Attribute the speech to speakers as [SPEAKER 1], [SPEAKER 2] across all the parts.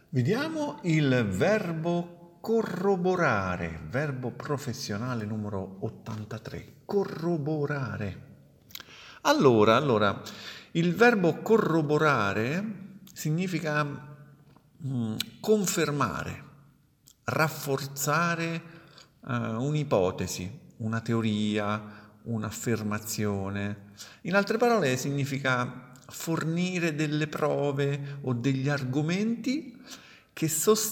[SPEAKER 1] Vediamo il verbo corroborare, verbo professionale numero 83, corroborare. Allora, il verbo corroborare significa confermare, rafforzare un'ipotesi, una teoria, un'affermazione. In altre parole significa fornire delle prove o degli argomenti che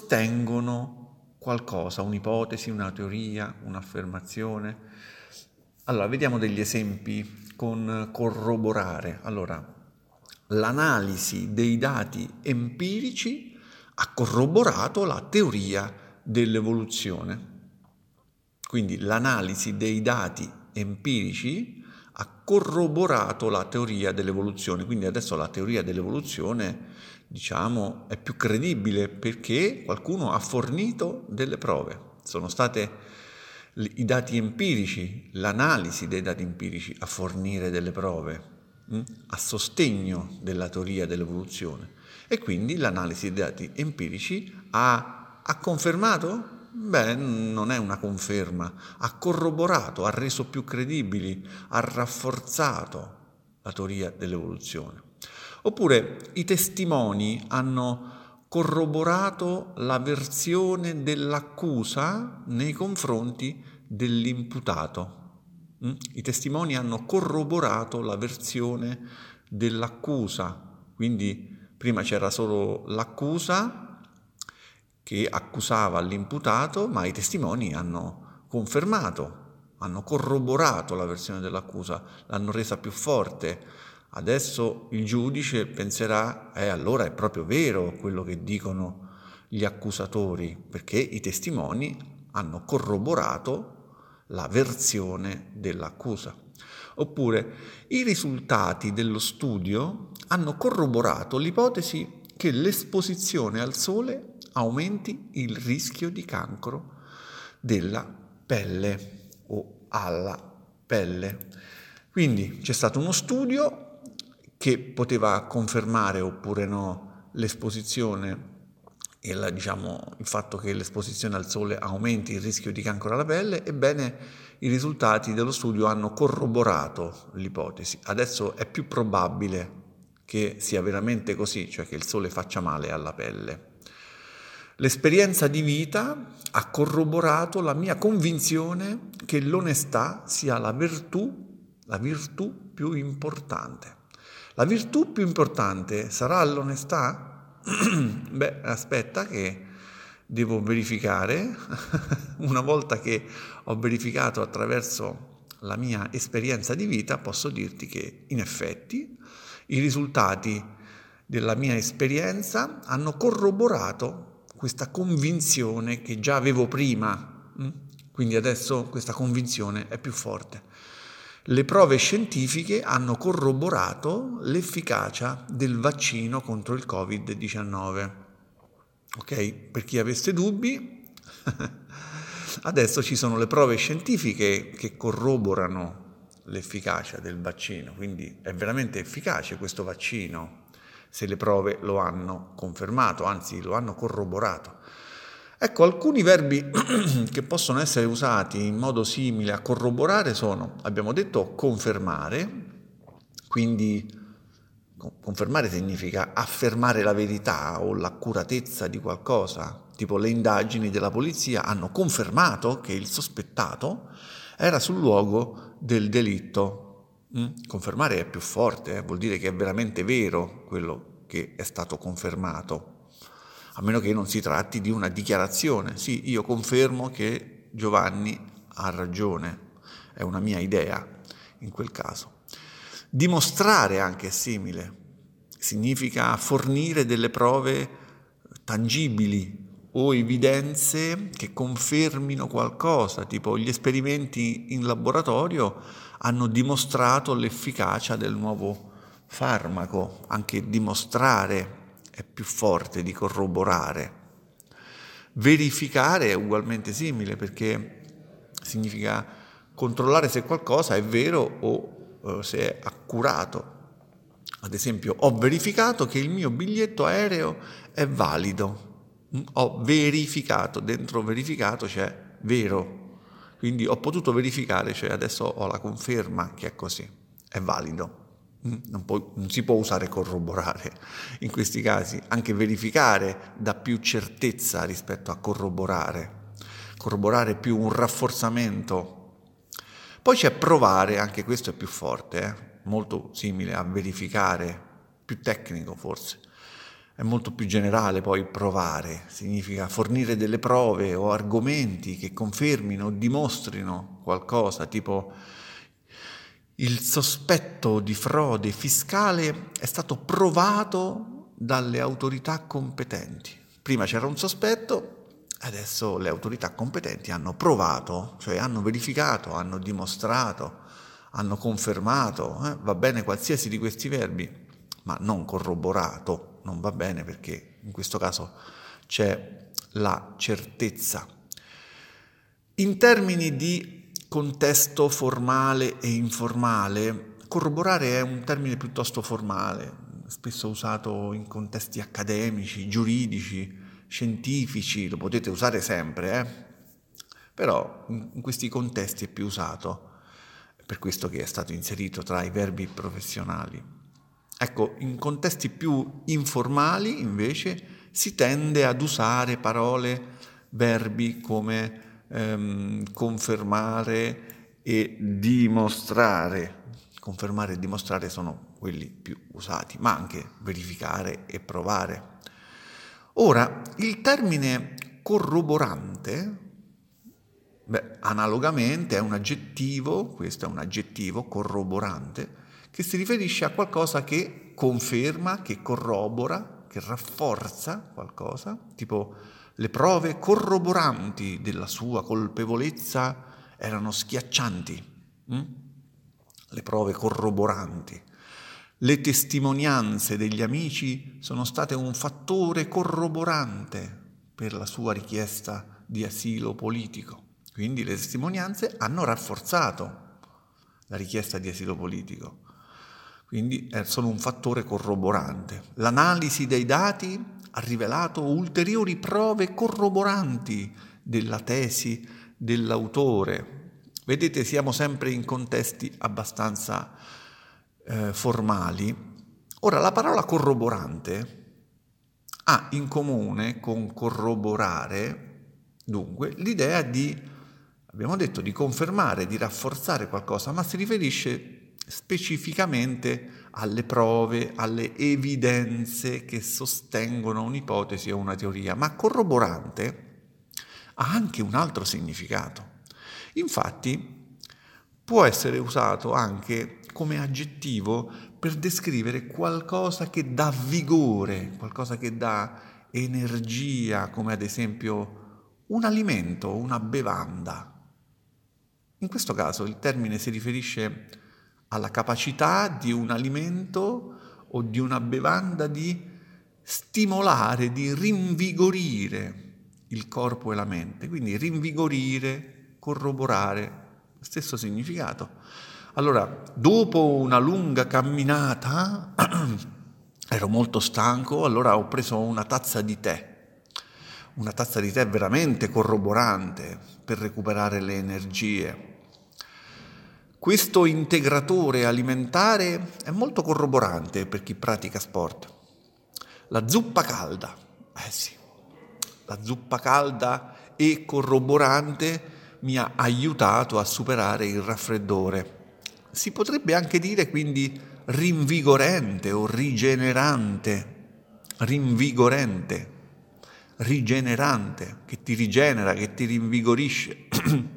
[SPEAKER 1] sostengono qualcosa, un'ipotesi, una teoria, un'affermazione. Allora, vediamo degli esempi con corroborare. Allora, l'analisi dei dati empirici ha corroborato la teoria dell'evoluzione. Quindi l'analisi dei dati empirici ha corroborato la teoria dell'evoluzione, quindi adesso la teoria dell'evoluzione, diciamo, è più credibile perché qualcuno ha fornito delle prove. Sono state i dati empirici, l'analisi dei dati empirici a fornire delle prove, a sostegno della teoria dell'evoluzione. E quindi l'analisi dei dati empirici ha confermato? Beh, non è una conferma, ha corroborato, ha reso più credibili, ha rafforzato la teoria dell'evoluzione. Oppure i testimoni hanno corroborato la versione dell'accusa nei confronti dell'imputato. I testimoni hanno corroborato la versione dell'accusa, quindi prima c'era solo l'accusa che accusava l'imputato, ma i testimoni hanno confermato, hanno corroborato la versione dell'accusa, l'hanno resa più forte. Adesso il giudice penserà, allora è proprio vero quello che dicono gli accusatori, perché i testimoni hanno corroborato la versione dell'accusa. Oppure i risultati dello studio hanno corroborato l'ipotesi che l'esposizione al sole aumenti il rischio di cancro della pelle o alla pelle. Quindi c'è stato uno studio che poteva confermare oppure no l'esposizione e il fatto che l'esposizione al sole aumenti il rischio di cancro alla pelle. Ebbene, i risultati dello studio hanno corroborato l'ipotesi. Adesso è più probabile che sia veramente così, cioè che il sole faccia male alla pelle. L'esperienza di vita ha corroborato la mia convinzione che l'onestà sia la virtù più importante. La virtù più importante sarà l'onestà? Beh, aspetta che devo verificare. Una volta che ho verificato attraverso la mia esperienza di vita, posso dirti che in effetti i risultati della mia esperienza hanno corroborato questa convinzione che già avevo prima. Quindi adesso questa convinzione è più forte. Le prove scientifiche hanno corroborato l'efficacia del vaccino contro il Covid-19. Ok? Per chi avesse dubbi, adesso ci sono le prove scientifiche che corroborano l'efficacia del vaccino, quindi è veramente efficace questo vaccino se le prove lo hanno confermato, anzi lo hanno corroborato. Ecco, alcuni verbi che possono essere usati in modo simile a corroborare sono, abbiamo detto, confermare, quindi confermare significa affermare la verità o l'accuratezza di qualcosa, tipo le indagini della polizia hanno confermato che il sospettato era sul luogo del delitto. Confermare è più forte, vuol dire che è veramente vero quello che è stato confermato, a meno che non si tratti di una dichiarazione. Sì, io confermo che Giovanni ha ragione, è una mia idea in quel caso. Dimostrare anche è simile, significa fornire delle prove tangibili o evidenze che confermino qualcosa, tipo gli esperimenti in laboratorio hanno dimostrato l'efficacia del nuovo farmaco. Anche dimostrare è più forte di corroborare. Verificare è ugualmente simile, perché significa controllare se qualcosa è vero o se è accurato. Ad esempio, ho verificato che il mio biglietto aereo è valido. Ho verificato, dentro verificato c'è vero, quindi ho potuto verificare, cioè adesso ho la conferma che è così, è valido. Non si può usare corroborare in questi casi, anche verificare dà più certezza rispetto a corroborare. Corroborare è più un rafforzamento. Poi c'è provare, anche questo è più forte, molto simile a verificare, più tecnico forse. È molto più generale poi provare, significa fornire delle prove o argomenti che confermino o dimostrino qualcosa, tipo il sospetto di frode fiscale è stato provato dalle autorità competenti. Prima c'era un sospetto, adesso le autorità competenti hanno provato, cioè hanno verificato, hanno dimostrato, hanno confermato, va bene qualsiasi di questi verbi, ma non corroborato, non va bene perché in questo caso c'è la certezza. In termini di contesto formale e informale, corroborare è un termine piuttosto formale, spesso usato in contesti accademici, giuridici, scientifici, lo potete usare sempre, però in questi contesti è più usato, è per questo che è stato inserito tra i verbi professionali. Ecco, in contesti più informali invece si tende ad usare parole, verbi come confermare e dimostrare. Confermare e dimostrare sono quelli più usati, ma anche verificare e provare. Ora, il termine corroborante, analogamente è un aggettivo, questo è un aggettivo corroborante, che si riferisce a qualcosa che conferma, che corrobora, che rafforza qualcosa, tipo le prove corroboranti della sua colpevolezza erano schiaccianti. Le prove corroboranti. Le testimonianze degli amici sono state un fattore corroborante per la sua richiesta di asilo politico. Quindi le testimonianze hanno rafforzato la richiesta di asilo politico. Quindi sono un fattore corroborante. L'analisi dei dati ha rivelato ulteriori prove corroboranti della tesi dell'autore. Vedete, siamo sempre in contesti abbastanza formali. Ora, la parola corroborante ha in comune con corroborare, dunque, l'idea di, abbiamo detto, di confermare, di rafforzare qualcosa, ma si riferisce specificamente alle prove, alle evidenze che sostengono un'ipotesi o una teoria, ma corroborante ha anche un altro significato. Infatti, può essere usato anche come aggettivo per descrivere qualcosa che dà vigore, qualcosa che dà energia, come ad esempio un alimento, una bevanda. In questo caso il termine si riferisce alla capacità di un alimento o di una bevanda di stimolare, di rinvigorire il corpo e la mente. Quindi rinvigorire, corroborare, stesso significato. Allora, dopo una lunga camminata, ero molto stanco, allora ho preso una tazza di tè veramente corroborante per recuperare le energie. Questo integratore alimentare è molto corroborante per chi pratica sport. La zuppa calda, sì, la zuppa calda e corroborante mi ha aiutato a superare il raffreddore. Si potrebbe anche dire quindi rinvigorente o rigenerante, rinvigorente, rigenerante, che ti rigenera, che ti rinvigorisce.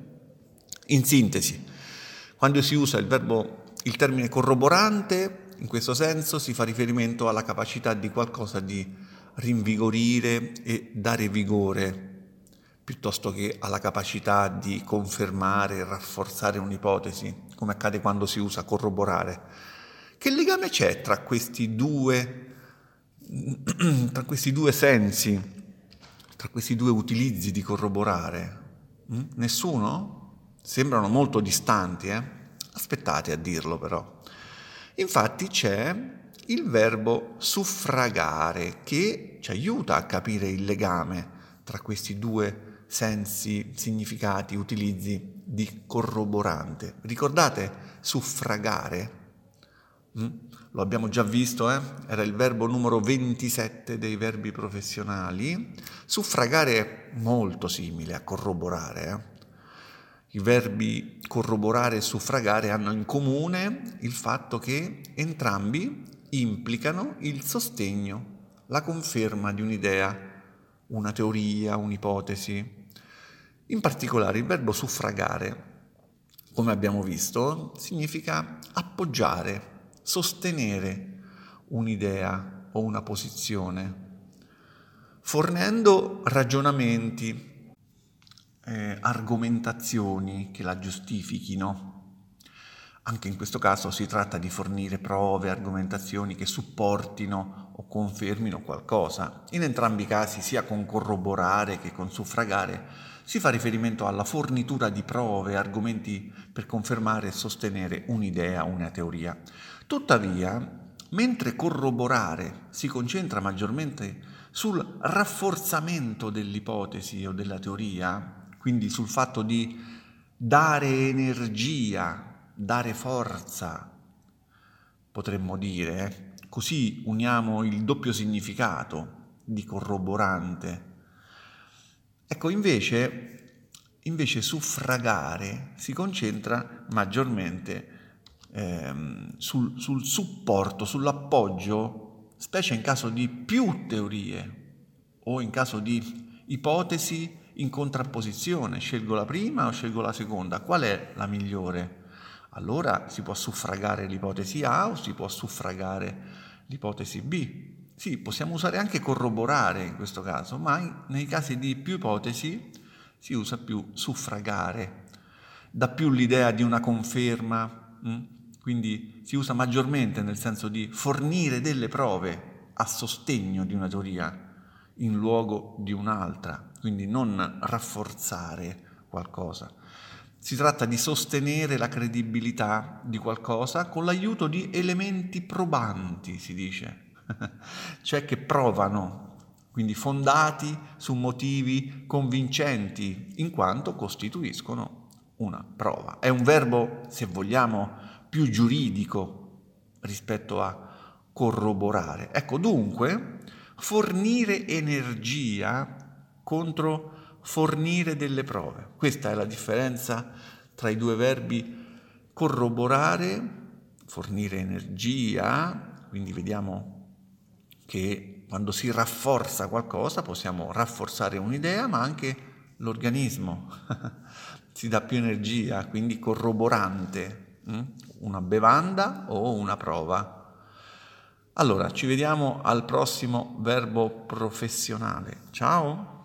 [SPEAKER 1] In sintesi, quando si usa il termine corroborante, in questo senso si fa riferimento alla capacità di qualcosa di rinvigorire e dare vigore, piuttosto che alla capacità di confermare e rafforzare un'ipotesi, come accade quando si usa corroborare. Che legame c'è tra questi due sensi, tra questi due utilizzi di corroborare? Nessuno? Sembrano molto distanti, Aspettate a dirlo però. Infatti c'è il verbo suffragare, che ci aiuta a capire il legame tra questi due sensi, significati, utilizzi di corroborante. Ricordate suffragare? Lo abbiamo già visto, Era il verbo numero 27 dei verbi professionali. Suffragare è molto simile a corroborare. I verbi corroborare e suffragare hanno in comune il fatto che entrambi implicano il sostegno, la conferma di un'idea, una teoria, un'ipotesi. In particolare il verbo suffragare, come abbiamo visto, significa appoggiare, sostenere un'idea o una posizione, fornendo ragionamenti, argomentazioni che la giustifichino. Anche in questo caso si tratta di fornire prove, argomentazioni che supportino o confermino qualcosa. In entrambi i casi, sia con corroborare che con suffragare, si fa riferimento alla fornitura di prove, argomenti per confermare e sostenere un'idea, una teoria. Tuttavia, mentre corroborare si concentra maggiormente sul rafforzamento dell'ipotesi o della teoria, quindi sul fatto di dare energia, dare forza, potremmo dire, così uniamo il doppio significato di corroborante. Ecco, invece suffragare si concentra maggiormente sul supporto, sull'appoggio, specie in caso di più teorie o in caso di ipotesi in contrapposizione. Scelgo la prima o scelgo la seconda? Qual è la migliore? Allora si può suffragare l'ipotesi A o si può suffragare l'ipotesi B. Sì, possiamo usare anche corroborare in questo caso, ma nei casi di più ipotesi si usa più suffragare. Dà più l'idea di una conferma, quindi si usa maggiormente nel senso di fornire delle prove a sostegno di una teoria in luogo di un'altra, quindi non rafforzare qualcosa. Si tratta di sostenere la credibilità di qualcosa con l'aiuto di elementi probanti, si dice, cioè che provano, quindi fondati su motivi convincenti, in quanto costituiscono una prova. È un verbo, se vogliamo, più giuridico rispetto a corroborare. Ecco, dunque, fornire energia contro fornire delle prove. Questa è la differenza tra i due verbi corroborare, fornire energia, quindi vediamo che quando si rafforza qualcosa possiamo rafforzare un'idea, ma anche l'organismo si dà più energia, quindi corroborante, una bevanda o una prova. Allora, ci vediamo al prossimo verbo professionale. Ciao!